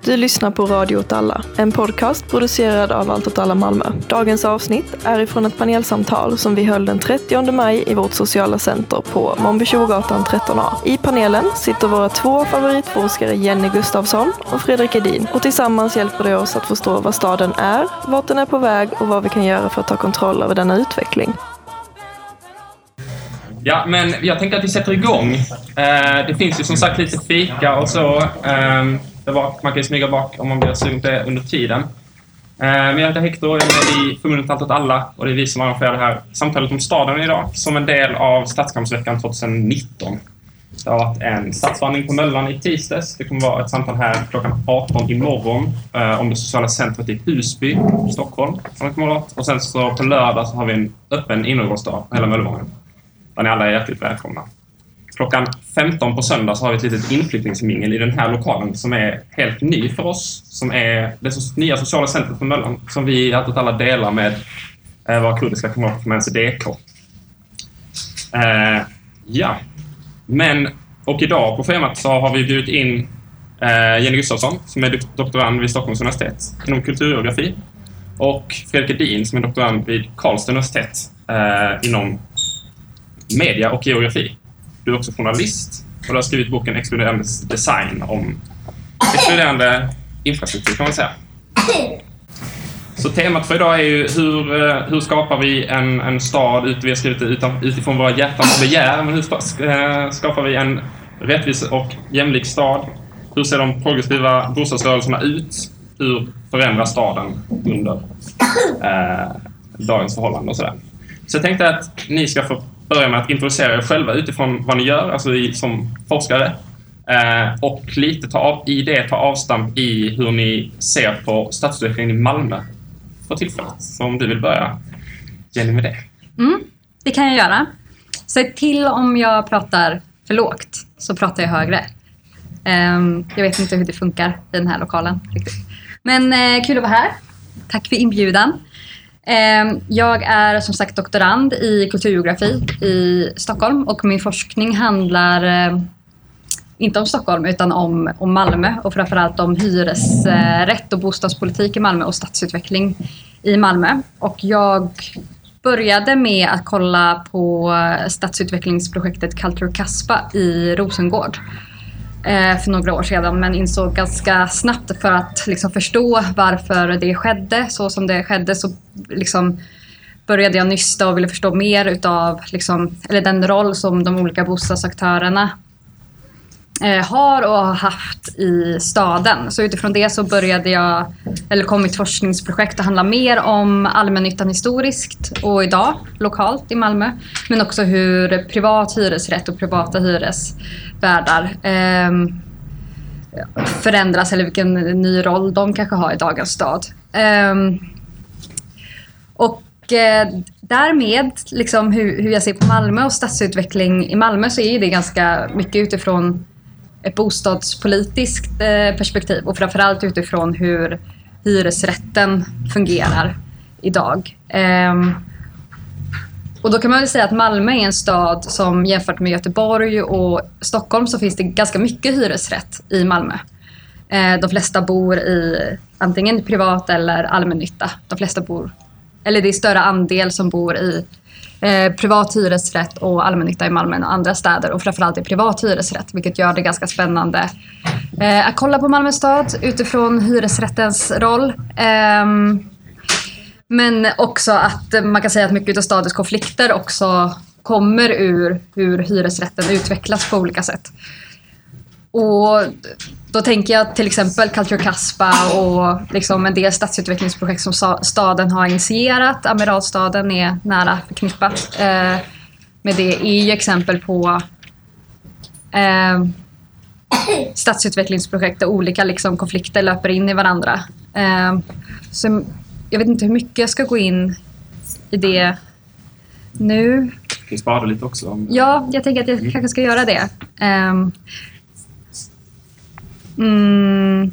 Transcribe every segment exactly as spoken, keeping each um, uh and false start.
Du lyssnar på Radio åt alla, en podcast producerad av Allt åt alla Malmö. Dagens avsnitt är ifrån ett panelsamtal som vi höll den trettionde maj i vårt sociala center på Månby-Tjugogatan tretton A. I panelen sitter våra två favoritforskare Jenny Gustafsson och Fredrik Edin. Och tillsammans hjälper de oss att förstå vad staden är, vart den är på väg och vad vi kan göra för att ta kontroll över denna utveckling. Ja, men jag tänker att vi sätter igång. Eh, det finns ju som sagt lite fika och så. Eh, det var, man kan ju smyga bak om man blir sugen på det under tiden. Eh, men jag heter Hector och jag är med i Förbundet Allt åt alla. Och det är vi som arrangerar det här samtalet om staden idag som en del av Stadskampsveckan tjugonitton. Det har varit en stadsvandring på Möllan i tisdags. Det kommer vara ett samtal här klockan arton imorgon eh, om det sociala centret i Husby, Stockholm. Som det kommer att vara. Och sen så på lördag så har vi en öppen innergårdsdag på hela Möllevången. Där ni alla är hjärtligt välkomna. Klockan femton på söndag så har vi ett litet inflyttningsmingel i den här lokalen som är helt ny för oss. Som är det nya sociala centret för Möllan som vi i Allt åt alla delar med eh, våra kurdiska kamrater från N C D K. Eh, ja, men och idag på schemat så har vi bjudit in eh, Jenny Gustafsson som är doktorand vid Stockholms universitet inom kulturgeografi. Och Fredrik Edin som är doktorand vid Karlstad universitet eh, inom media och geografi. Du är också journalist och du har skrivit boken Exkluderande design om exkluderande infrastruktur kan man säga. Så temat för idag är ju hur, hur skapar vi en, en stad ut, vi har skrivit det utan, utifrån våra hjärtans begär, men hur skapar vi en rättvis och jämlik stad? Hur ser de progressiva bostadsrörelserna ut? Hur förändras staden under eh, dagens förhållanden och sådär? Så jag tänkte att ni ska få börja med att introducera er själva utifrån vad ni gör, alltså i, som forskare. Eh, och lite ta av, i det ta avstamp i hur ni ser på stadsutvecklingen i Malmö för tillfället. Så om du vill börja, Jenny, med det. Mm, det kan jag göra. Säg till om jag pratar för lågt så pratar jag högre. Um, jag vet inte hur det funkar i den här lokalen riktigt. Men eh, kul att vara här. Tack för inbjudan. Jag är som sagt doktorand i kulturgeografi i Stockholm och min forskning handlar inte om Stockholm utan om, om Malmö och framförallt om hyresrätt och bostadspolitik i Malmö och stadsutveckling i Malmö. Och jag började med att kolla på stadsutvecklingsprojektet Culture Caspa i Rosengård för några år sedan, men insåg ganska snabbt för att liksom förstå varför det skedde så som det skedde, så liksom började jag nysta och ville förstå mer utav liksom, eller den roll som de olika bostadsaktörerna eh, har och har haft i staden. Så utifrån det så började jag, eller kom mitt forskningsprojekt att handla mer om allmännyttan historiskt och idag lokalt i Malmö, men också hur privat hyresrätt och privata hyresvärdar eh, förändras eller vilken ny roll de kanske har i dagens stad. Eh, och eh, därmed liksom hur, hur jag ser på Malmö och stadsutveckling i Malmö, så är det ganska mycket utifrån ett bostadspolitiskt perspektiv och framförallt utifrån hur hyresrätten fungerar idag. Och då kan man väl säga att Malmö är en stad som jämfört med Göteborg och Stockholm så finns det ganska mycket hyresrätt i Malmö. De flesta bor i antingen privat eller allmännytta. De flesta bor, eller det är större andel som bor i Eh, privat hyresrätt och allmännytta i Malmö och andra städer, och framförallt i privat hyresrätt, vilket gör det ganska spännande eh, att kolla på Malmö stad utifrån hyresrättens roll. Eh, men också att man kan säga att mycket av stadens konflikter också kommer ur hur hyresrätten utvecklas på olika sätt. Och då tänker jag till exempel Culture Caspa och liksom en del stadsutvecklingsprojekt som staden har initierat. Amiralstaden är nära förknippat eh, med det, är ju exempel på eh, stadsutvecklingsprojekt där olika liksom, konflikter löper in i varandra. Eh, så jag vet inte hur mycket jag ska gå in i det nu. Jag kan spara lite också. Om... Ja, jag tänker att jag kanske ska göra det. Eh, Mm.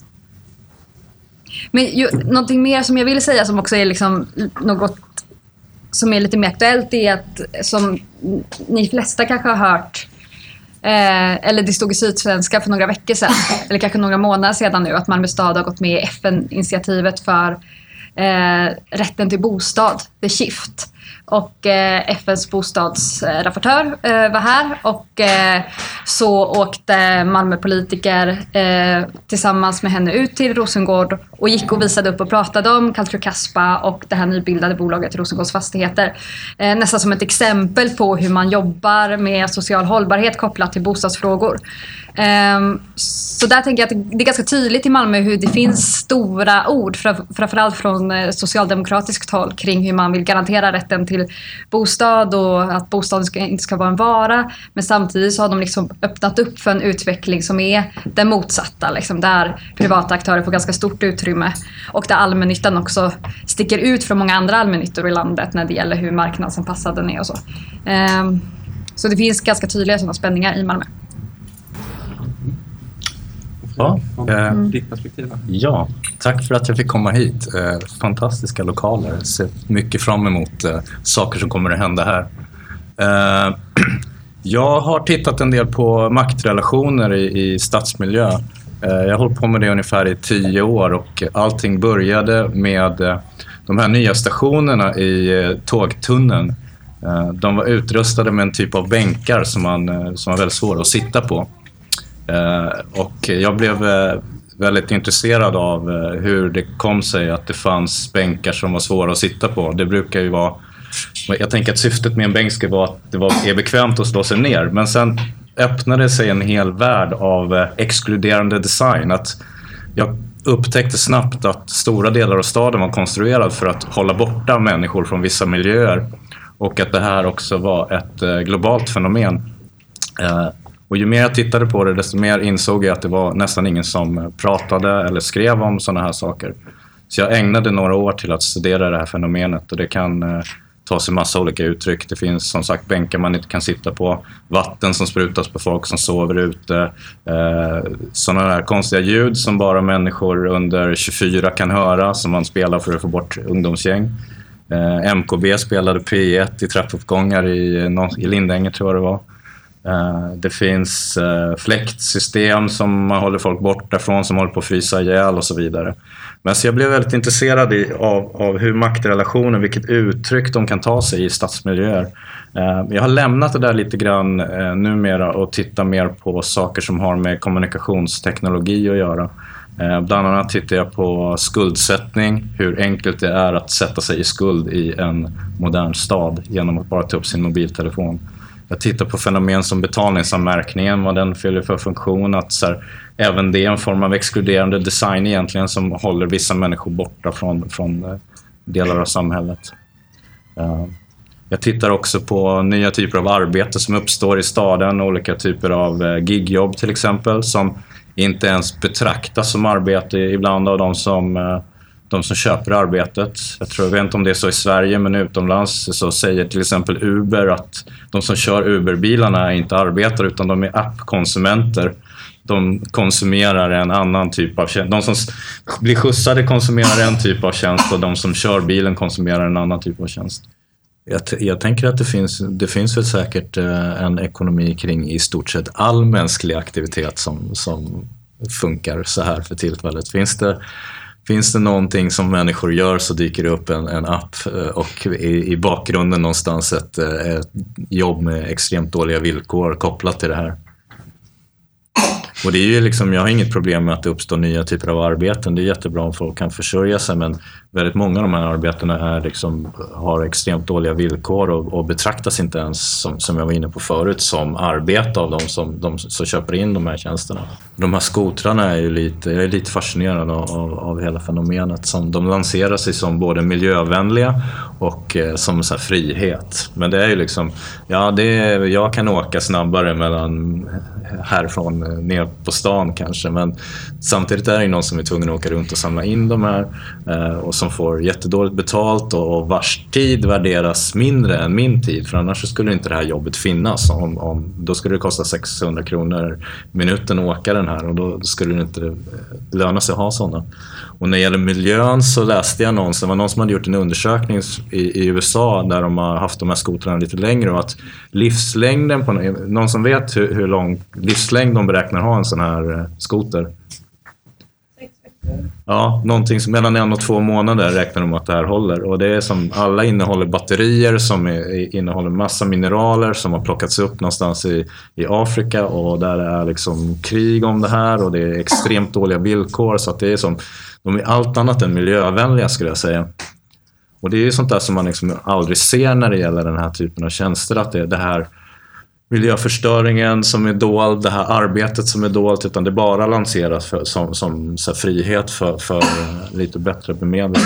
Men ju, någonting mer som jag vill säga som också är liksom något som är lite mer aktuellt är att som ni flesta kanske har hört Eh, eller det stod i Sydsvenska för några veckor sedan, eller kanske några månader sedan nu, att Malmö stad har gått med i F N-initiativet för eh, rätten till bostad, The Shift. Och eh, F N:s bostadsrapportör eh, var här och eh, så åkte Malmöpolitiker eh, tillsammans med henne ut till Rosengård och gick och visade upp och pratade om Culture Kaspa och det här nybildade bolaget Rosengårds Fastigheter. Eh, nästan som ett exempel på hur man jobbar med social hållbarhet kopplat till bostadsfrågor. Um, så där tänker jag att det är ganska tydligt i Malmö hur det finns stora ord, framförallt från socialdemokratiskt håll, kring hur man vill garantera rätten till bostad och att bostaden ska, inte ska vara en vara. Men samtidigt så har de liksom öppnat upp för en utveckling som är den motsatta, liksom, där privata aktörer får ganska stort utrymme och där allmännyttan också sticker ut från många andra allmännyttor i landet när det gäller hur marknadsanpassad den är och så. Um, så det finns ganska tydliga sådana spänningar i Malmö. Ja, eh, Ditt perspektiv. ja, tack för att jag fick komma hit. Eh, fantastiska lokaler. Jag ser mycket fram emot eh, saker som kommer att hända här. Eh, jag har tittat en del på maktrelationer i, i stadsmiljö. Eh, jag har hållit på med det ungefär i tio år och allting började med eh, de här nya stationerna i eh, tågtunneln. Eh, de var utrustade med en typ av bänkar som, man, eh, som var väldigt svåra att sitta på. Uh, och jag blev uh, väldigt intresserad av uh, hur det kom sig att det fanns bänkar som var svåra att sitta på. Det brukar ju vara, jag tänker att syftet med en bänk ska vara att det var, är bekvämt att slå sig ner. Men sen öppnade sig en hel värld av uh, exkluderande design. Att jag upptäckte snabbt att stora delar av staden var konstruerad för att hålla borta människor från vissa miljöer. Och att det här också var ett uh, globalt fenomen. Uh, Och ju mer jag tittade på det, desto mer insåg jag att det var nästan ingen som pratade eller skrev om sådana här saker. Så jag ägnade några år till att studera det här fenomenet och det kan eh, ta sig massa olika uttryck. Det finns som sagt bänkar man inte kan sitta på, vatten som sprutas på folk som sover ute, eh, sådana här konstiga ljud som bara människor under tjugofyra kan höra som man spelar för att få bort ungdomsgäng. Eh, M K B spelade P ett i trappuppgångar i, i Lindänge tror jag det var. Uh, det finns uh, fläktsystem som man håller folk borta från, som håller på att frysa ihjäl och så vidare. Men så jag blev väldigt intresserad i, av, av hur maktrelationer, vilket uttryck de kan ta sig i stadsmiljöer. Uh, jag har lämnat det där lite grann uh, numera och tittar mer på saker som har med kommunikationsteknologi att göra. Uh, bland annat tittar jag på skuldsättning, hur enkelt det är att sätta sig i skuld i en modern stad genom att bara ta upp sin mobiltelefon. Jag tittar på fenomen som betalningsanmärkningen, vad den fyller för funktion. Att så här, även det är en form av exkluderande design egentligen som håller vissa människor borta från, från delar av samhället. Uh, jag tittar också på nya typer av arbete som uppstår i staden. Olika typer av gigjobb till exempel som inte ens betraktas som arbete ibland av de som... Uh, de som köper arbetet. Jag tror, jag vet inte om det är så i Sverige, men utomlands så säger till exempel Uber att de som kör Uber-bilarna är inte arbetare utan de är appkonsumenter. De konsumerar en annan typ av tjänst. De som blir skjutsade konsumerar en typ av tjänst och de som kör bilen konsumerar en annan typ av tjänst. Jag, jag tänker att det finns, det finns väl säkert en ekonomi kring i stort sett all mänsklig aktivitet som, som funkar så här för tillfället. Finns det Finns det någonting som människor gör så dyker det upp en, en app och i, i bakgrunden någonstans ett, ett jobb med extremt dåliga villkor kopplat till det här. Och det är ju liksom, jag har inget problem med att det uppstår nya typer av arbeten. Det är jättebra om folk kan försörja sig, men väldigt många av de här arbetena är liksom, har extremt dåliga villkor och, och betraktas inte ens, som, som jag var inne på förut, som arbete av de som, de som köper in de här tjänsterna. De här skotrarna är ju lite, jag är lite fascinerad av, av, av hela fenomenet. Som, de lanserar sig som både miljövänliga och eh, som så här frihet. Men det är ju liksom, ja, det är, jag kan åka snabbare mellan härifrån ner på stan kanske, men samtidigt är det någon som är tvungen att åka runt och samla in de här eh, och som får jättedåligt betalt och, och vars tid värderas mindre än min tid, för annars skulle inte det här jobbet finnas. Om, om, då skulle det kosta sexhundra kronor minuten att åka den här, och då, då skulle det inte löna sig att ha sådana. Och när det gäller miljön så läste jag någon, det var någon som hade gjort en undersökning i, i U S A där de har haft de här skotrarna lite längre, och att livslängden på någon som vet hur, hur lång livslängd de beräknar ha en sån här eh, skoter. Ja, någonting som mellan en och två månader räknar de att det här håller, och det är som alla innehåller batterier som är, innehåller massa mineraler som har plockats upp någonstans i, i Afrika, och där är liksom krig om det här och det är extremt dåliga villkor, så att det är som, de är allt annat än miljövänliga skulle jag säga. Och det är ju sånt där som man liksom aldrig ser när det gäller den här typen av tjänster, att det är det här miljöförstöringen som är dold, det här arbetet som är dolt, utan det bara lanseras för, som, som så här, frihet för, för lite bättre bemedling.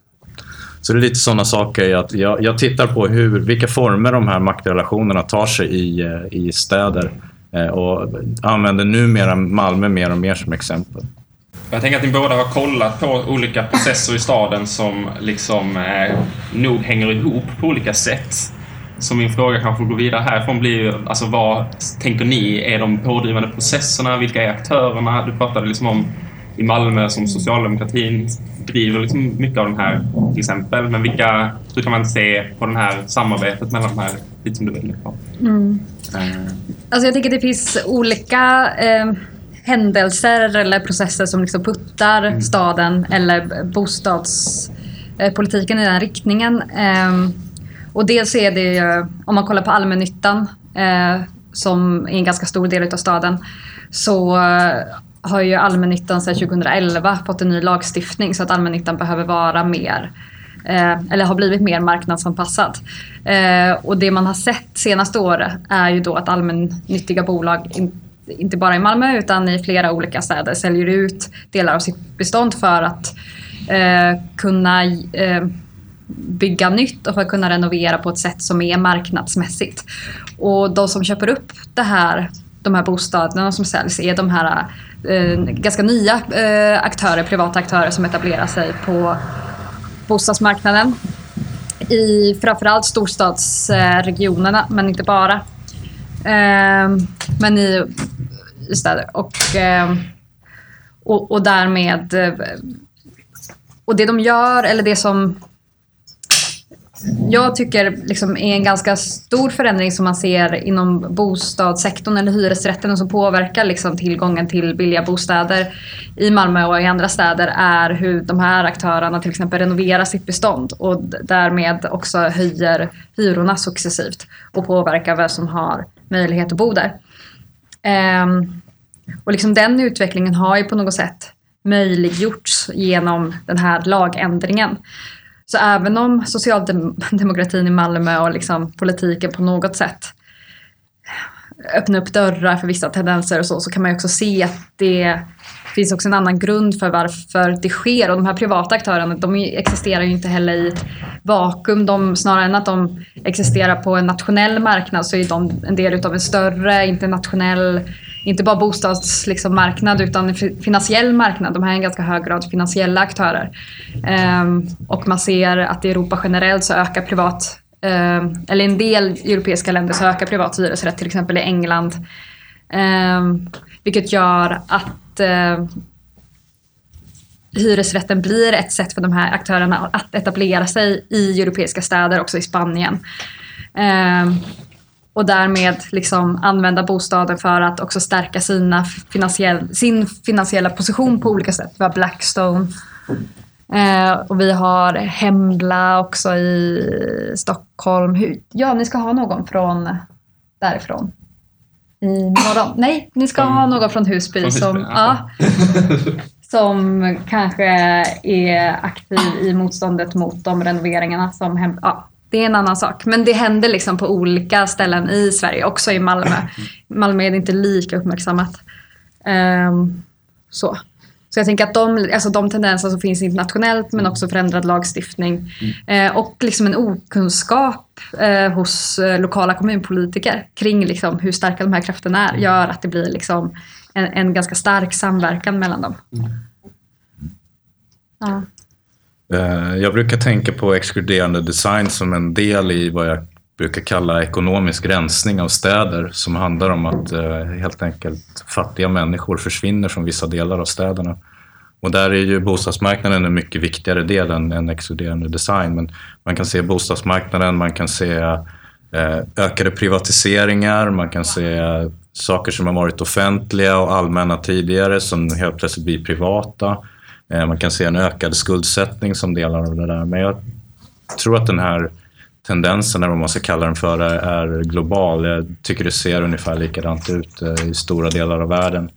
Så det är lite sådana saker att jag, jag tittar på hur, vilka former de här maktrelationerna tar sig i, i städer och använder numera Malmö mer och mer som exempel. Jag tänker att ni båda har kollat på olika processer i staden som liksom eh, nog hänger ihop på olika sätt. Så min fråga kanske går vidare härifrån blir ju, alltså vad tänker ni är de pådrivande processerna? Vilka är aktörerna? Du pratade liksom om i Malmö som socialdemokratin driver liksom mycket av den här till exempel. Men vilka, hur kan man se på det här samarbetet mellan de här, lite som du vill på? Mm. Uh. Alltså jag tänker att det finns olika eh, händelser eller processer som liksom puttar mm. staden eller bostadspolitiken i den riktningen. Eh, Och dels är det, om man kollar på allmännyttan eh, som är en ganska stor del av staden, så eh, har ju allmännyttan sedan tjugohundraelva fått en ny lagstiftning så att allmännyttan behöver vara mer, eh, eller har blivit mer marknadsanpassad. Eh, och det man har sett senaste året är ju då att allmännyttiga bolag, in, inte bara i Malmö utan i flera olika städer, säljer ut delar av sitt bestånd för att eh, kunna eh, bygga nytt och för att kunna renovera på ett sätt som är marknadsmässigt. Och de som köper upp det här, de här bostäderna som säljs är de här eh, ganska nya eh, aktörer, privata aktörer som etablerar sig på bostadsmarknaden i framförallt storstadsregionerna, men inte bara. Eh, men i, i städer. Och, eh, och, och därmed och det de gör, eller det som jag tycker liksom är en ganska stor förändring som man ser inom bostadssektorn eller hyresrätten som påverkar liksom tillgången till billiga bostäder i Malmö och i andra städer, är hur de här aktörerna till exempel renoverar sitt bestånd och därmed också höjer hyrorna successivt och påverkar vem som har möjlighet att bo där. Ehm, och liksom den utvecklingen har ju på något sätt möjliggjorts genom den här lagändringen. Så även om socialdemokratin i Malmö och liksom politiken på något sätt öppnar upp dörrar för vissa tendenser och så, så kan man ju också se att det finns också en annan grund för varför det sker. Och de här privata aktörerna, de existerar ju inte heller i ett vakuum. De, snarare än att de existerar på en nationell marknad, så är de en del av en större internationell, inte bara bostadsmarknad liksom, utan finansiell marknad. De här är en ganska hög grad finansiella aktörer. Um, och man ser att i Europa generellt så ökar privat, um, eller en del europeiska länder så ökar privat hyresrätt, till exempel i England. Um, vilket gör att uh, hyresrätten blir ett sätt för de här aktörerna att etablera sig i europeiska städer, också i Spanien. Um, Och därmed liksom använda bostaden för att också stärka sina finansiell, sin finansiella position på olika sätt. Vi har Blackstone. Eh, och vi har Hembla också i Stockholm. Ja, ni ska ha någon från därifrån. I morgon. Nej, ni ska ha någon från Husby. Från som, Husby, ja. Som kanske är aktiv i motståndet mot de renoveringarna som Hembla... Ja. Det är en annan sak. Men det händer liksom på olika ställen i Sverige. Också i Malmö. Malmö är det inte lika uppmärksammat. Um, så. Så jag tänker att de, alltså de tendenser som finns internationellt, men också förändrad lagstiftning. Mm. Eh, och liksom en okunskap eh, hos eh, lokala kommunpolitiker kring liksom hur starka de här krafterna är. Gör att det blir liksom en, en ganska stark samverkan mellan dem. Mm. Ja. Jag brukar tänka på exkluderande design som en del i vad jag brukar kalla ekonomisk rensning av städer, som handlar om att helt enkelt fattiga människor försvinner från vissa delar av städerna. Och där är ju bostadsmarknaden en mycket viktigare del än, än exkluderande design. Men man kan se bostadsmarknaden, man kan se eh, ökade privatiseringar, man kan se saker som har varit offentliga och allmänna tidigare som helt plötsligt blir privata. Eh, man kan se en ökad skuldsättning som delar av det där. Men jag tror att den här tendensen, eller vad man ska kalla den för, är global. Jag tycker det ser ungefär likadant ut eh, i stora delar av världen.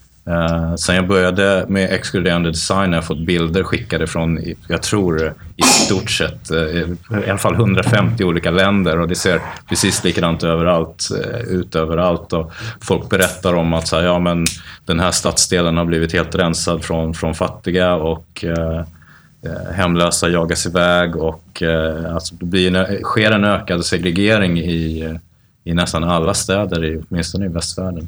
Uh, sen jag började med exkluderande design har jag fått bilder skickade från, jag tror i stort sett uh, i alla fall hundrafemtio olika länder, och det ser precis likadant överallt, uh, ut överallt, och folk berättar om att så här, ja, men den här stadsdelen har blivit helt rensad från, från fattiga, och uh, hemlösa jagas iväg, och uh, alltså det blir en, sker en ökad segregering i, i nästan alla städer, i, åtminstone i västvärlden.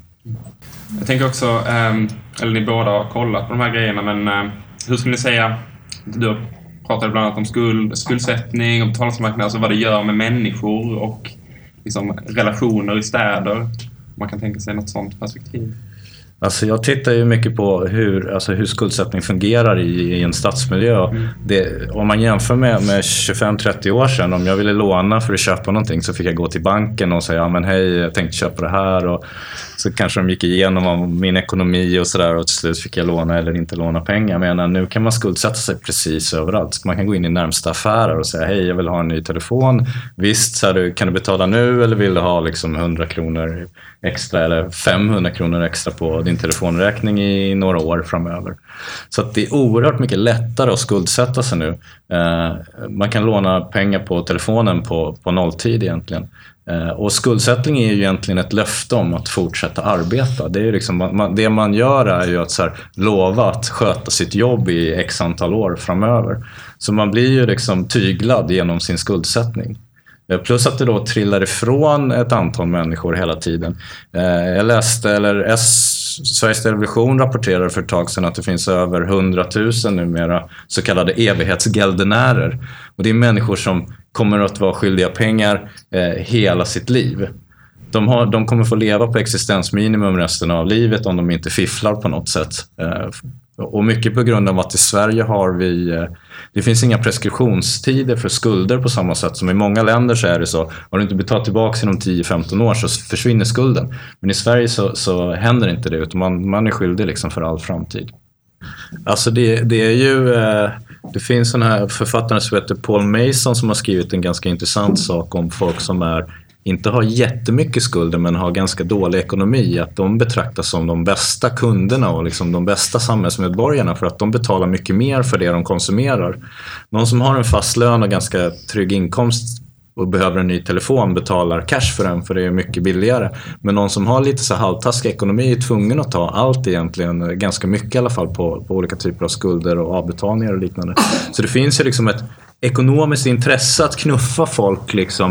Jag tänker också, um, eller ni båda har kollat på de här grejerna, men um, hur skulle ni säga, du pratade bland annat om skuld, skuldsättning och betalningsmarknad, alltså vad det gör med människor och liksom relationer i städer. Man kan tänka sig något sånt perspektiv. Alltså jag tittar ju mycket på hur, alltså hur skuldsättning fungerar i, i en stadsmiljö. Mm. Det, om man jämför med, med tjugofem till trettio år sedan, om jag ville låna för att köpa någonting så fick jag gå till banken och säga, ja men hej, jag tänkte köpa det här, och så kanske de gick igenom om min ekonomi och sådär, och till slut fick jag låna eller inte låna pengar. Jag menar, nu kan man skuldsätta sig precis överallt. Man kan gå in i närmsta affärer och säga, hej, jag vill ha en ny telefon. Visst, så här, kan du betala nu, eller vill du ha liksom hundra kronor extra eller femhundra kronor extra på din telefonräkning i några år framöver. Så att det är oerhört mycket lättare att skuldsätta sig nu. Eh, man kan låna pengar på telefonen på, på nolltid egentligen. Eh, och skuldsättning är ju egentligen ett löfte om att fortsätta arbeta. Det, är liksom, man, det man gör är ju att så här, lova att sköta sitt jobb i x antal år framöver. Så man blir ju liksom tyglad genom sin skuldsättning. Plus att det då trillar ifrån ett antal människor hela tiden. Jag läste, eller S, Sveriges Television rapporterar för ett tag sedan att det finns över hundratusen numera så kallade evighetsgeldenärer. Och det är människor som kommer att vara skyldiga pengar eh, hela sitt liv. De, har, de kommer få leva på existensminimum resten av livet om de inte fifflar på något sätt. Eh, Och mycket på grund av att i Sverige har vi, det finns inga preskriptionstider för skulder på samma sätt som i många länder. Så är det så, har du inte betalat tillbaka inom tio till femton år så försvinner skulden. Men i Sverige så, så händer inte det, utan man, man är skyldig liksom för all framtid. Alltså det, det är ju, det finns sån här författare som heter Paul Mason som har skrivit en ganska intressant sak om folk som är inte har jättemycket skulder men har ganska dålig ekonomi, att de betraktas som de bästa kunderna och liksom de bästa samhällsmedborgarna för att de betalar mycket mer för det de konsumerar. Någon som har en fast lön och ganska trygg inkomst och behöver en ny telefon betalar cash för den, för det är mycket billigare. Men någon som har lite så halvtaskig ekonomi är tvungen att ta allt egentligen, ganska mycket i alla fall, på, på olika typer av skulder och avbetalningar och liknande. Så det finns ju liksom ett ekonomiskt intresse att knuffa folk liksom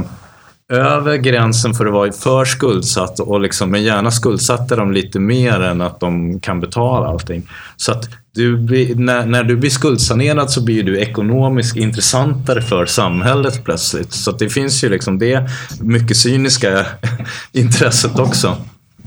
över gränsen för att vara för skuldsatt, och liksom, men gärna skuldsatta dem lite mer än att de kan betala allting. Så att du blir, när, när du blir skuldsanerad så blir du ekonomiskt intressantare för samhället plötsligt. Så att det finns ju liksom det mycket cyniska intresset också.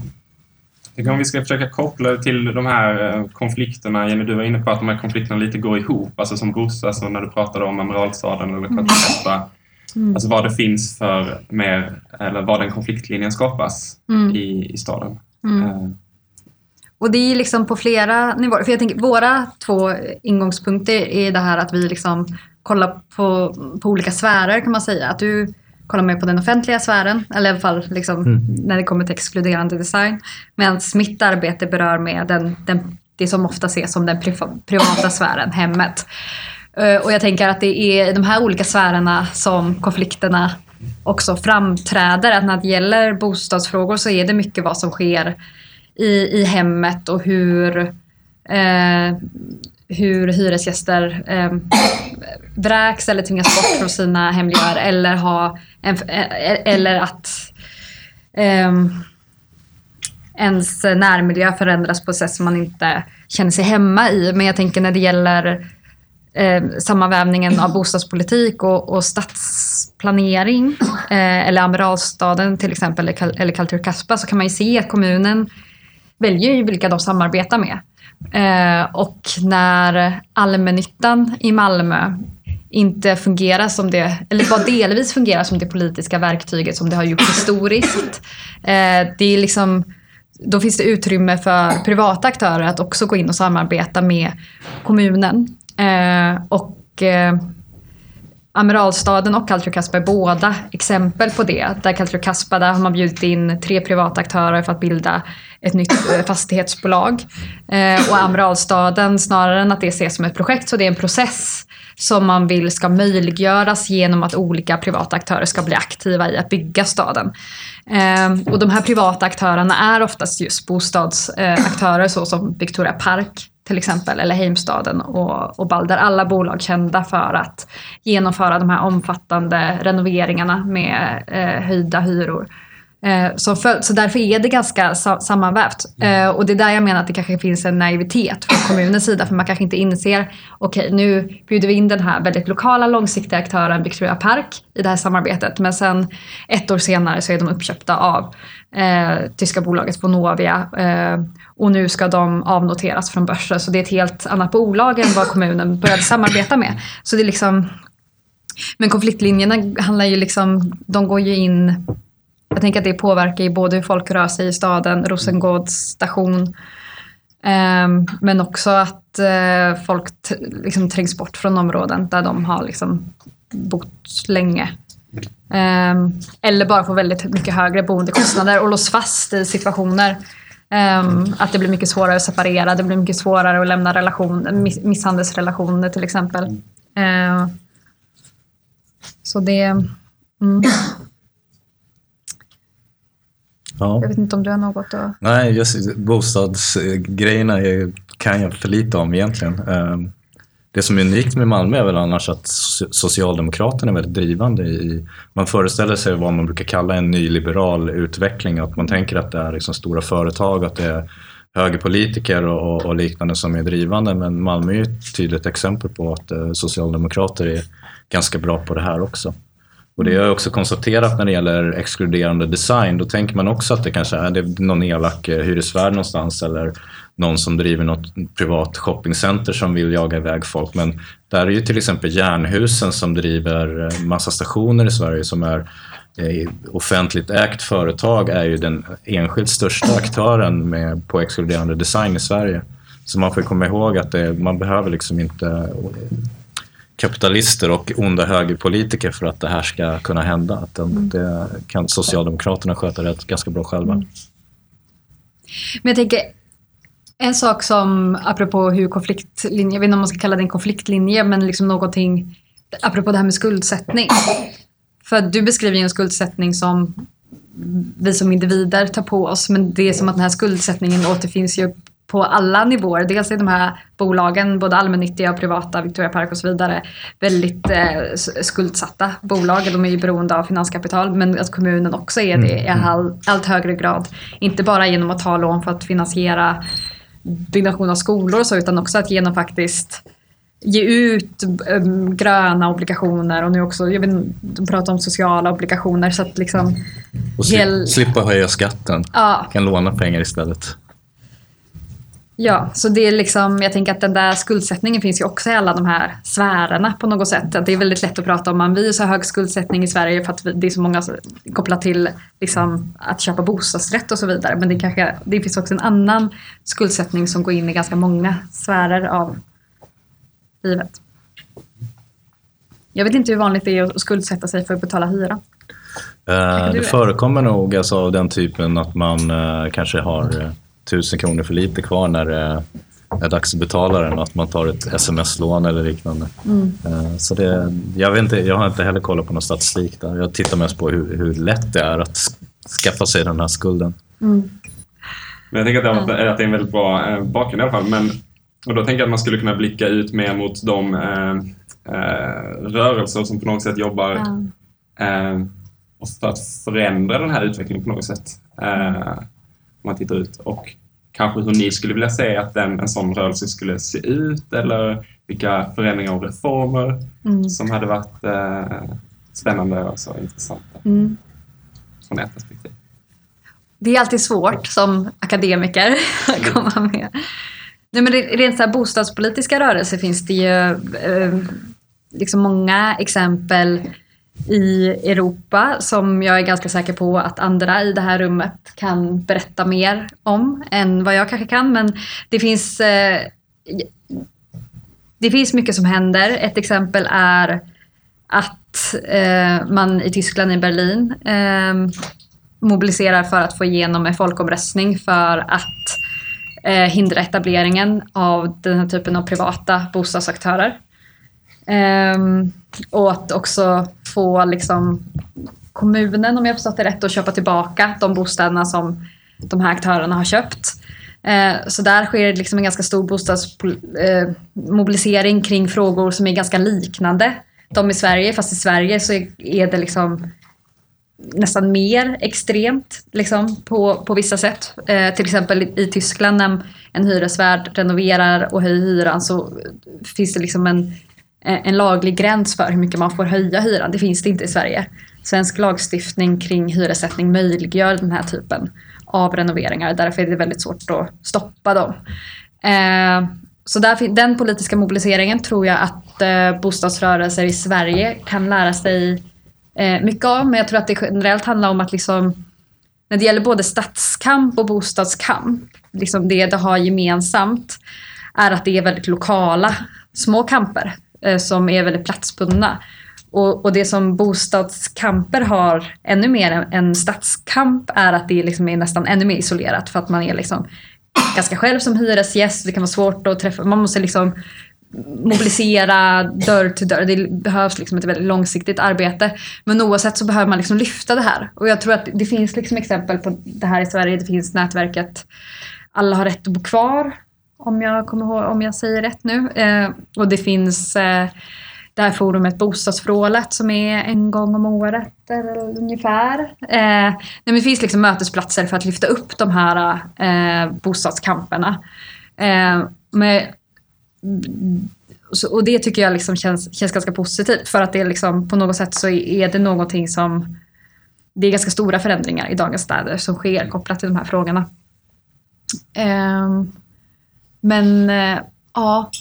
Om vi ska försöka koppla till de här konflikterna, Jenny, du var inne på att de här konflikterna lite går ihop, alltså som Bosse, alltså när du pratade om Amiralstaden eller Kvarteret. Mm. Alltså vad det finns för mer, eller vad den konfliktlinjen skapas mm. i, i staden. Mm. Uh. Och det är liksom på flera nivåer. För jag tänker, våra två ingångspunkter är det här att vi liksom kollar på, på olika sfärer, kan man säga. Att du kollar mer på den offentliga sfären, eller i alla fall liksom, mm. när det kommer till exkluderande design. Medan mitt arbete berör med den, den, det som ofta ses som den privata sfären, hemmet. Och jag tänker att det är de här olika sfärerna som konflikterna också framträder. Att när det gäller bostadsfrågor så är det mycket vad som sker i, i hemmet och hur, eh, hur hyresgäster eh, vräks eller tvingas bort från sina hemligheter. Eller, ha en, eller att... Eh, ens närmiljö förändras på ett sätt som man inte känner sig hemma i. Men jag tänker när det gäller eh, sammanvävningen av bostadspolitik och, och stadsplanering eh, eller Amiralstaden till exempel eller, eller Kultur Kaspa, så kan man ju se att kommunen väljer ju vilka de samarbetar med. Eh, och när allmännyttan i Malmö inte fungerar som det, eller bara delvis fungerar som det politiska verktyget som det har gjort historiskt. Eh, det är liksom, då finns det utrymme för privata aktörer att också gå in och samarbeta med kommunen. Eh, och eh, Amiralstaden och Kultur Kaspa är båda exempel på det. Där Kultur Kaspa, där har man bjudit in tre privata aktörer för att bilda ett nytt fastighetsbolag. Eh, och Amiralstaden, snarare än att det ses som ett projekt, så det är en process som man vill ska möjliggöras genom att olika privata aktörer ska bli aktiva i att bygga staden. Eh, och de här privata aktörerna är oftast just bostadsaktörer eh, såsom Victoria Park till exempel, eller Heimstaden och, och Balder. Alla bolag kända för att genomföra de här omfattande renoveringarna med eh, höjda hyror. Eh, så, för, så därför är det ganska sa, sammanvävt. Eh, och det är där jag menar att det kanske finns en naivitet från kommunens sida. För man kanske inte inser, okej okay, nu bjuder vi in den här väldigt lokala långsiktiga aktören Victoria Park i det här samarbetet. Men sen ett år senare så är de uppköpta av eh, tyska bolaget Vonovia. Eh, och nu ska de avnoteras från börsen. Så det är ett helt annat bolag än vad kommunen började samarbeta med. Så det är liksom... Men konfliktlinjerna handlar ju liksom... De går ju in... Jag tänker att det påverkar ju både hur folk rör sig i staden, Rosengårds station. Um, men också att uh, folk t- liksom trängs bort från områden där de har liksom bott länge. Um, eller bara får väldigt mycket högre boendekostnader och lås fast i situationer. Um, att det blir mycket svårare att separera, det blir mycket svårare att lämna relation, miss- misshandelsrelationer till exempel. Uh, så det... Mm. Ja. Jag vet inte om du har något att... Nej, just bostadsgrejerna kan jag för lite om egentligen. Det som är unikt med Malmö är väl annars att Socialdemokraterna är väldigt drivande i... Man föreställer sig vad man brukar kalla en nyliberal utveckling. Att man tänker att det är liksom stora företag, att det är högerpolitiker och, och liknande som är drivande. Men Malmö är ett tydligt exempel på att Socialdemokrater är ganska bra på det här också. Och det har jag också konstaterat när det gäller exkluderande design. Då tänker man också att det kanske är det någon elak hyresvärd någonstans eller någon som driver något privat shoppingcenter som vill jaga iväg folk. Men där är ju till exempel Jernhusen som driver massa stationer i Sverige som är offentligt ägt företag, är ju den enskilt största aktören med, på exkluderande design i Sverige. Så man får komma ihåg att det, man behöver liksom inte... kapitalister och onda högerpolitiker för att det här ska kunna hända. Att det, mm. det kan Socialdemokraterna sköta rätt ganska bra själva. Mm. Men jag tänker, en sak som, apropå hur konfliktlinje, jag vet inte om man ska kalla det en konfliktlinje, men liksom någonting, apropå det här med skuldsättning. För du beskriver ju en skuldsättning som vi som individer tar på oss, men det är som att den här skuldsättningen återfinns ju på alla nivåer. Dels är de här bolagen, både allmännyttiga och privata, Victoria Park och så vidare, väldigt eh, skuldsatta bolag. De är ju beroende av finanskapital, men att kommunen också är det i all, allt högre grad. Inte bara genom att ta lån för att finansiera byggnation av skolor och så, utan också att genom faktiskt ge ut um, gröna obligationer och nu också, jag vet, de pratar om sociala obligationer så att liksom... Och sli- hel... slippa höja skatten. Ja. Kan låna pengar istället. Ja, så det är liksom, jag tänker att den där skuldsättningen finns ju också i alla de här sfärerna på något sätt. Att det är väldigt lätt att prata om, vi har så hög skuldsättning i Sverige för att det är så många kopplat till liksom, att köpa bostadsrätt och så vidare. Men det, kanske, det finns också en annan skuldsättning som går in i ganska många sfärer av livet. Jag vet inte hur vanligt det är att skuldsätta sig för att betala hyra. Uh, det förekommer nog alltså, av den typen att man uh, kanske har... Uh, tusen kronor för lite kvar när det är dags att betala den, att man tar ett sms-lån eller liknande. Mm. Så det, jag, vet inte, jag har inte heller kollat på någon statistik där. Jag tittar mest på hur, hur lätt det är att skaffa sig den här skulden. Mm. Men jag tänker att det är, att det är en väldigt bra bakgrund i alla fall. Men, och då tänker jag att man skulle kunna blicka ut mer mot de eh, eh, rörelser som på något sätt jobbar mm. eh, för att förändra den här utvecklingen på något sätt. Eh, man tittar ut, och kanske hur ni skulle vilja se att en, en sån rörelse skulle se ut, eller vilka förändringar och reformer mm. som hade varit eh, spännande och så intressanta mm. från ett perspektiv. Det är alltid svårt som akademiker att komma med. Nej, men rent så här bostadspolitiska rörelser finns det ju eh, liksom många exempel i Europa som jag är ganska säker på att andra i det här rummet kan berätta mer om än vad jag kanske kan. Men det finns, eh, det finns mycket som händer. Ett exempel är att eh, man i Tyskland, i Berlin, eh, mobiliserar för att få igenom en folkomröstning för att eh, hindra etableringen av den här typen av privata bostadsaktörer. Um, och att också få liksom kommunen, om jag förstått det rätt, att köpa tillbaka de bostäderna som de här aktörerna har köpt. Uh, så där sker liksom en ganska stor bostadsmobilisering uh, kring frågor som är ganska liknande de i Sverige, fast i Sverige så är det liksom nästan mer extremt liksom, på, på vissa sätt. Uh, till exempel i, i Tyskland, när en hyresvärd renoverar och höjer hyran, så finns det liksom en en laglig gräns för hur mycket man får höja hyran. Det finns det inte i Sverige. Svensk lagstiftning kring hyressättning möjliggör den här typen av renoveringar. Därför är det väldigt svårt att stoppa dem. Eh, så där, den politiska mobiliseringen tror jag att eh, bostadsrörelser i Sverige kan lära sig eh, mycket av. Men jag tror att det generellt handlar om att liksom, när det gäller både stadskamp och bostadskamp, liksom det det har gemensamt är att det är väldigt lokala små kamper som är väldigt platsbundna. Och, och det som bostadskamper har ännu mer än en stadskamp är att det liksom är nästan ännu mer isolerat, för att man är liksom ganska själv som hyresgäst. Det kan vara svårt att träffa. Man måste liksom mobilisera dörr till dörr. Det behövs liksom ett väldigt långsiktigt arbete. Men oavsett så behöver man liksom lyfta det här. Och jag tror att det finns liksom exempel på det här i Sverige. Det finns nätverket Alla har rätt att bo kvar, om jag kommer ihåg, om jag säger rätt nu. Eh, och det finns eh, det här forumet Bostadsvrålet som är en gång om året eller ungefär. Eh, men det finns liksom mötesplatser för att lyfta upp de här eh, bostadskamperna. Eh, med, och det tycker jag liksom känns, känns ganska positivt, för att det är liksom, på något sätt så är det någonting som, det är ganska stora förändringar i dagens städer som sker kopplat till de här frågorna. Eh, Men äh, ja,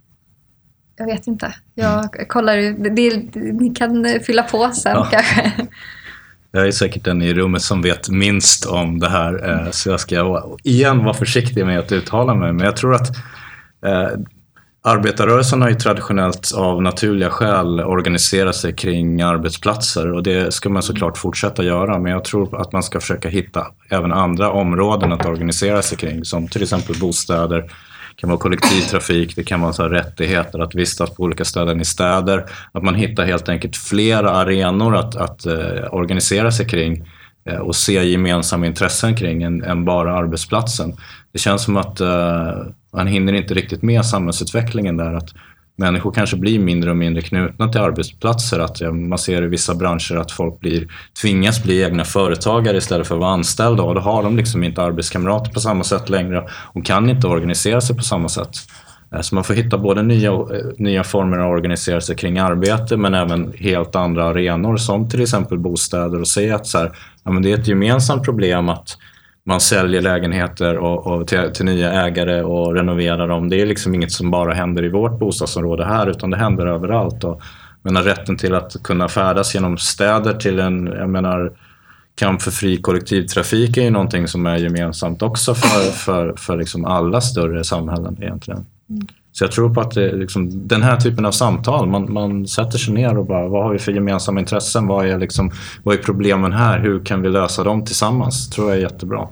jag vet inte. Jag kollar ju, ni kan fylla på sen ja. Kanske. Jag är säkert den i rummet som vet minst om det här. Så jag ska igen vara försiktig med att uttala mig. Men jag tror att eh, arbetarrörelsen har ju traditionellt av naturliga skäl organiserat sig kring arbetsplatser. Och det ska man såklart fortsätta göra. Men jag tror att man ska försöka hitta även andra områden att organisera sig kring. Som till exempel bostäder. Det kan vara kollektivtrafik, det kan vara så här rättigheter att vistas på olika ställen i städer. Att man hittar helt enkelt flera arenor att, att uh, organisera sig kring uh, och se gemensamma intressen kring än, än bara arbetsplatsen. Det känns som att uh, man hinner inte riktigt med samhällsutvecklingen där. Att människor kanske blir mindre och mindre knutna till arbetsplatser. Att ja, man ser i vissa branscher att folk blir, tvingas bli egna företagare istället för att vara anställda. Och då har de liksom inte arbetskamrater på samma sätt längre och kan inte organisera sig på samma sätt. Så man får hitta både nya, nya former att organisera sig kring arbete, men även helt andra arenor som till exempel bostäder, och se att så här, ja, men det är ett gemensamt problem att man säljer lägenheter och, och till, till nya ägare och renoverar dem. Det är liksom inget som bara händer i vårt bostadsområde här, utan det händer överallt. Och, menar, rätten till att kunna färdas genom städer till en, jag menar, kamp för fri kollektivtrafik är ju någonting som är gemensamt också för, för, för liksom alla större samhällen egentligen. Mm. Så jag tror på att det, liksom, den här typen av samtal, man, man sätter sig ner och bara, vad har vi för gemensamma intressen? Vad är, liksom, vad är problemen här? Hur kan vi lösa dem tillsammans? Tror jag är jättebra.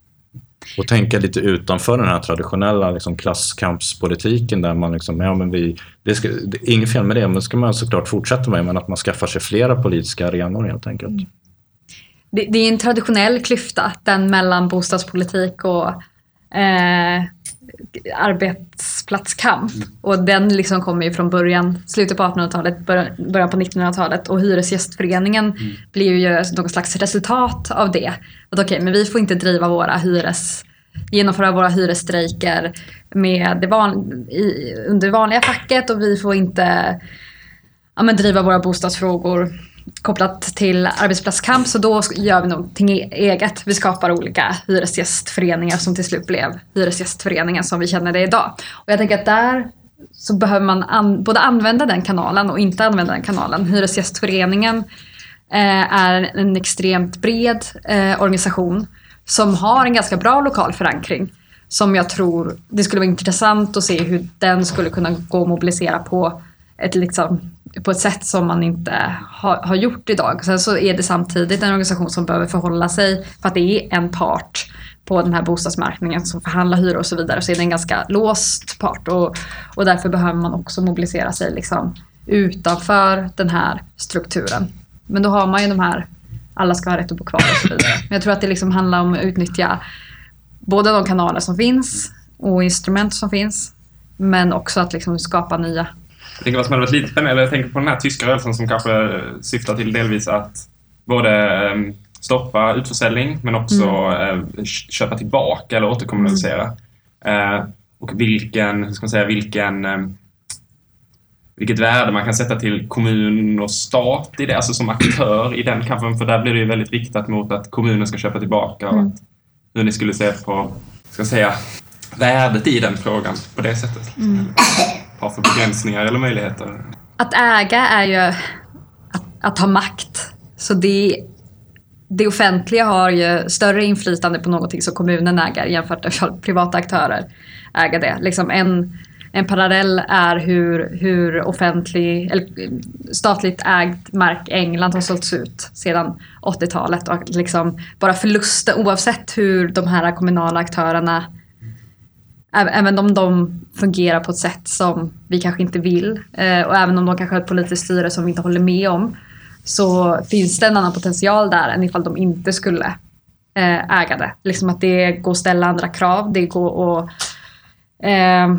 Och tänka lite utanför den här traditionella liksom, klasskampspolitiken där man liksom, ja men vi, det ska, det är inget fel med det, men ska man såklart fortsätta med, men att man skaffar sig flera politiska arenor helt enkelt. Mm. Det, det är en traditionell klyfta, den mellan bostadspolitik och eh, arbetsplatskamp. Mm. Och den liksom kommer ju från början, slutet på artonhundratalet, början på nittonhundratalet. Och Hyresgästföreningen mm. blir ju något slags resultat av det. Att okej, okay, men vi får inte driva våra hyres... genomföra våra hyresstrejker med det van, i, under vanliga facket, och vi får inte ja, men driva våra bostadsfrågor kopplat till arbetsplatskamp, så då gör vi någonting eget. Vi skapar olika hyresgästföreningar som till slut blev Hyresgästföreningen som vi känner det idag. Och jag tänker att där så behöver man an, både använda den kanalen och inte använda den kanalen. Hyresgästföreningen eh, är en extremt bred eh, organisation som har en ganska bra lokal förankring, som jag tror det skulle vara intressant att se hur den skulle kunna gå och mobilisera på ett, liksom, på ett sätt som man inte har, har gjort idag. Sen så är det samtidigt en organisation som behöver förhålla sig, för att det är en part på den här bostadsmarknaden som förhandlar hyror och så vidare, så är det en ganska låst part, och, och därför behöver man också mobilisera sig liksom utanför den här strukturen. Men då har man ju de här alla ska ha rätt att bo kvar och så vidare. Men jag tror att det liksom handlar om att utnyttja både de kanaler som finns och instrument som finns, men också att liksom skapa nya. Jag tänker vad som hade varit lite spännande, jag tänker på den här tyska rörelsen som kanske syftar till delvis att både um, stoppa utförsäljning men också mm. uh, köpa tillbaka eller återkommunalisera. Mm. Uh, och vilken, hur ska man säga, vilken... Um, vilket värde man kan sätta till kommun och stat i det, alltså som aktör i den kampen, för där blir det ju väldigt viktigt mot att kommunen ska köpa tillbaka och att, hur ni skulle se på, ska jag säga, värdet i den frågan på det sättet. Mm. Vad för begränsningar eller möjligheter? Att äga är ju att, att ha makt, så det, det offentliga har ju större inflytande på någonting som kommunen äger jämfört med privata aktörer äger det. Liksom en En parallell är hur, hur offentlig, eller statligt ägd mark i England har sålts ut sedan åttiotalet. Och liksom bara förlusten, oavsett hur de här kommunala aktörerna, även om de fungerar på ett sätt som vi kanske inte vill, och även om de kanske har ett politiskt styre som vi inte håller med om, så finns det en annan potential där än ifall de inte skulle äga det. Liksom att det går att ställa andra krav, det går att... Eh,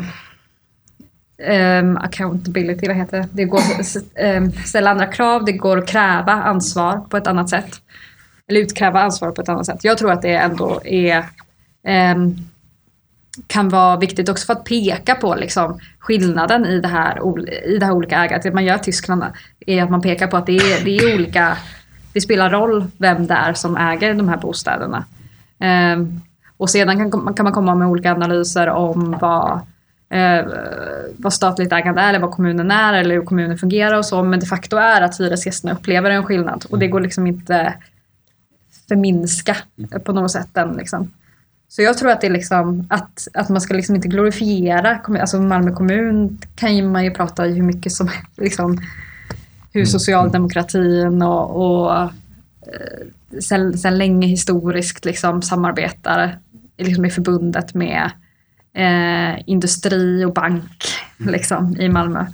Um, accountability, vad heter det? Det går att um, ställa andra krav, det går att kräva ansvar på ett annat sätt. Eller utkräva ansvar på ett annat sätt. Jag tror att det ändå är um, kan vara viktigt också för att peka på liksom, skillnaden i det här, i det här olika ägandet. Det man gör i Tyskland är att man pekar på att det är, det är olika, det spelar roll vem det är som äger de här bostäderna. Um, och sedan kan, kan man komma med olika analyser om vad Eh, vad statligt ägande är eller vad kommunen är eller hur kommunen fungerar och så, men de facto är att hyresgästerna upplever en skillnad och det går liksom inte förminska på något sätt den, liksom. Så jag tror att det är liksom att, att man ska liksom inte glorifiera, alltså Malmö kommun kan ju man ju prata hur mycket som liksom hur socialdemokratin och, och eh, sen, sen länge historiskt liksom samarbetar liksom i förbundet med Eh, industri och bank liksom, i Malmö.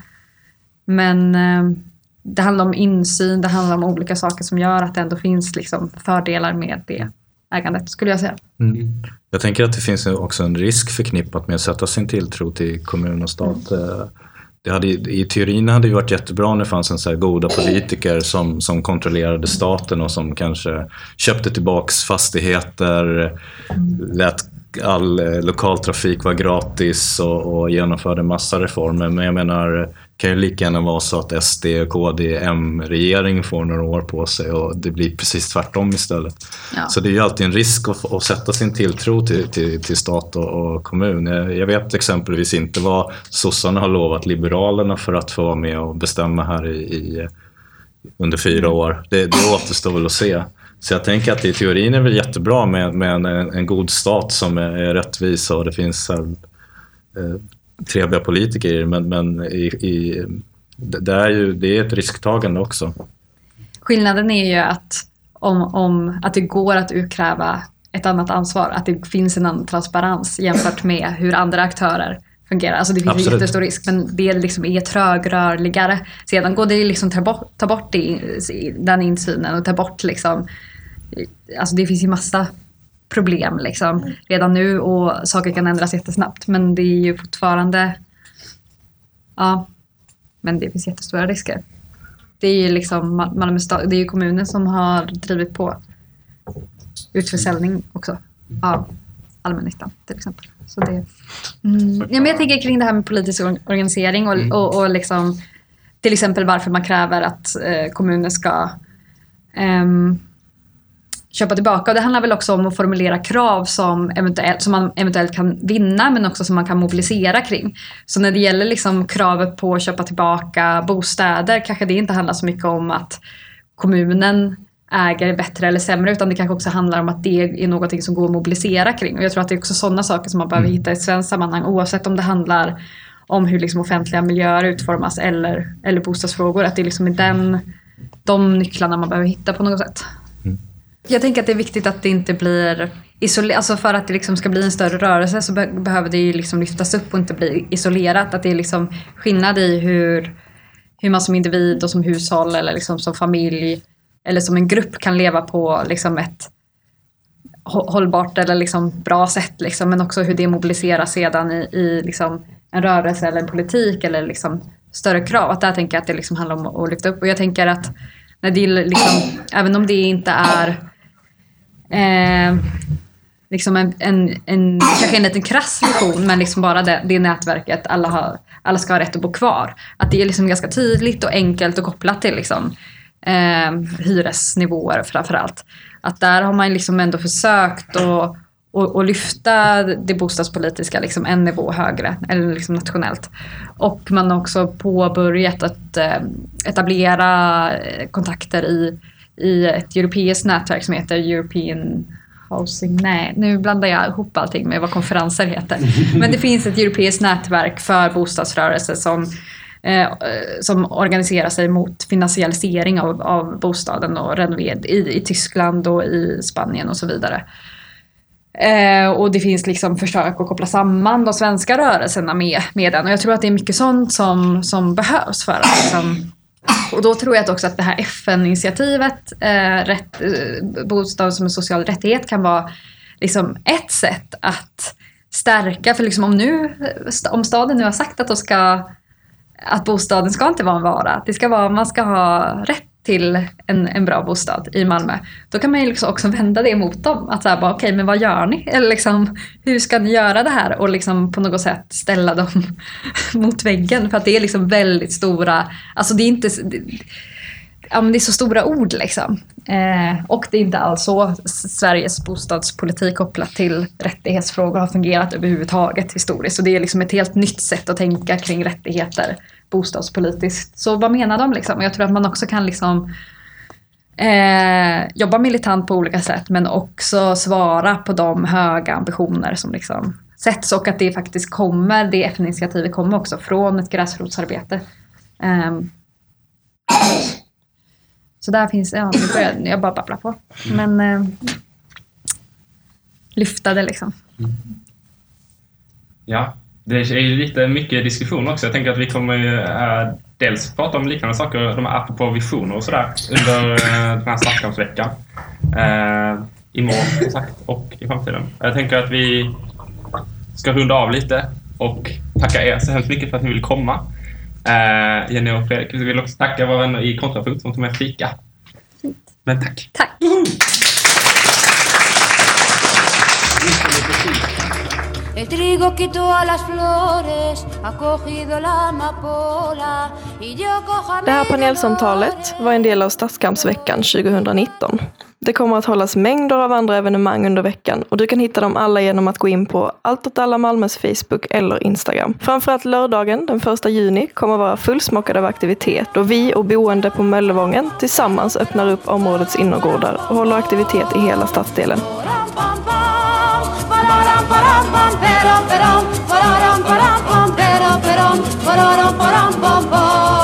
Men eh, det handlar om insyn, det handlar om olika saker som gör att det ändå finns liksom, fördelar med det ägandet, skulle jag säga. Mm. Jag tänker att det finns också en risk förknippat med att sätta sin tilltro till kommun och stat. Mm. Det hade, i teorin hade det varit jättebra om det fanns en så här goda politiker som, som kontrollerade staten och som kanske köpte tillbaks fastigheter, mm. lät all eh, lokaltrafik var gratis och, och genomförde massa reformer. Men jag menar, kan ju lika gärna vara så att S D, K D, M-regering får några år på sig och det blir precis tvärtom istället. Ja. Så det är ju alltid en risk att, att sätta sin tilltro till, till, till stat och, och kommun. Jag, jag vet exempelvis inte vad sossarna har lovat Liberalerna för att få vara med och bestämma här i, i, under fyra år. Det, det återstår väl att se. Så jag tänker att i teorin är det jättebra med, med en, en god stat som är, är rättvis och det finns här, eh, trevliga politiker i det, men, men i, i, det, är ju, det är ett risktagande också. Skillnaden är ju att, om, om, att det går att utkräva ett annat ansvar, att det finns en annan transparens jämfört med hur andra aktörer fungerar. Alltså det finns Absolut. en jättestor risk, men det liksom är trögrörligare. Sedan går det liksom ta bort, ta bort det, den insynen och ta bort liksom, alltså det finns ju massa problem liksom, redan nu och saker kan ändras jättesnabbt. Men det är ju fortfarande... Ja, men det finns jättestora risker. Det är ju liksom Malmö stad, det är ju kommunen som har drivit på utförsäljning också av allmännyttan till exempel. Så det, mm, ja, men jag tänker kring det här med politisk organisering och, mm. och, och liksom, till exempel varför man kräver att eh, kommuner ska eh, köpa tillbaka. Och det handlar väl också om att formulera krav som, eventuellt, som man eventuellt kan vinna men också som man kan mobilisera kring. Så när det gäller liksom kravet på att köpa tillbaka bostäder kanske det inte handlar så mycket om att kommunen äger bättre eller sämre, utan det kanske också handlar om att det är något som går att mobilisera kring. Och jag tror att det är också sådana saker som man behöver hitta i ett svenskt sammanhang, oavsett om det handlar om hur liksom offentliga miljöer utformas eller, eller bostadsfrågor, att det är liksom i den, de nycklarna man behöver hitta på något sätt. Mm. Jag tänker att det är viktigt att det inte blir isolerat, alltså för att det liksom ska bli en större rörelse så be- behöver det ju liksom lyftas upp och inte bli isolerat, att det är liksom skillnad i hur, hur man som individ och som hushåll eller liksom som familj eller som en grupp kan leva på liksom ett hållbart eller liksom bra sätt. Liksom, men också hur det mobiliseras sedan i, i liksom en rörelse eller en politik eller liksom större krav. Att där tänker jag att det liksom handlar om att lyfta upp. Och jag tänker att när det liksom, även om det inte är eh, liksom en, en, en, kanske en liten krass vision, men liksom bara det, det nätverket, alla, har, alla ska ha rätt att bo kvar. Att det är liksom ganska tydligt och enkelt och kopplat till liksom Eh, hyresnivåer framförallt. Att där har man liksom ändå försökt att, att, att lyfta det bostadspolitiska liksom en nivå högre eller liksom nationellt. Och man har också påbörjat att eh, etablera kontakter i, i ett europeiskt nätverk som heter European Housing. Nej, nu blandar jag ihop allting med vad konferenser heter. Men det finns ett europeiskt nätverk för bostadsrörelse som Eh, som organiserar sig mot finansialisering av, av bostaden och renovering i, i Tyskland och i Spanien och så vidare. Eh, och det finns liksom försök att koppla samman de svenska rörelserna med, med den. Och jag tror att det är mycket sånt som, som behövs för att liksom, och då tror jag att också att det här F N-initiativet eh, rätt, eh, bostad som en social rättighet kan vara liksom ett sätt att stärka, för liksom om nu om staden nu har sagt att de ska att bostaden ska inte vara en vara. Det ska vara, man ska ha rätt till en, en bra bostad i Malmö. Då kan man ju liksom också vända det mot dem. Att säga bara, okej, okay, men vad gör ni? Eller liksom, hur ska ni göra det här? Och liksom på något sätt ställa dem mot väggen. För att det är liksom väldigt stora, alltså det är inte, det, ja, men det är så stora ord liksom. Eh, och det är inte alls så Sveriges bostadspolitik kopplat till rättighetsfrågor har fungerat överhuvudtaget historiskt. Så det är liksom ett helt nytt sätt att tänka kring rättigheter bostadspolitiskt. Så vad menar de liksom? Och jag tror att man också kan liksom eh, jobba militant på olika sätt, men också svara på de höga ambitioner som liksom sätts, och att det faktiskt kommer, det F N-initiativet kommer också från ett gräsrotsarbete. Eh, Så där finns, ja, nu börjar jag bara babbla på. Men eh, lyfta det liksom. Ja, det är ju lite mycket diskussion också. Jag tänker att vi kommer ju äh, dels prata om liknande saker, de här apropå visioner och sådär, under äh, den här stadskampsveckan. Äh, imorgon, som sagt, och i framtiden. Jag tänker att vi ska runda av lite och tacka er så hemskt mycket för att ni vill komma. Uh, Jenny och Fredrik, vi vill också tacka våra vänner i Kontrapunkt som tog med fika. Men tack. Tack. El trigo quitó a las flores, ha cogido la amapola y yo cojo. Det här panelsamtalet var en del av Stadskampsveckan tjugonitton. Det kommer att hållas mängder av andra evenemang under veckan och du kan hitta dem alla genom att gå in på Allt åt alla Malmös Facebook eller Instagram. Framförallt lördagen den första juni kommer vara fullsmockad av aktivitet då vi och boende på Möllevången tillsammans öppnar upp områdets innergårdar och håller aktivitet i hela stadsdelen. Pam, pam, pam,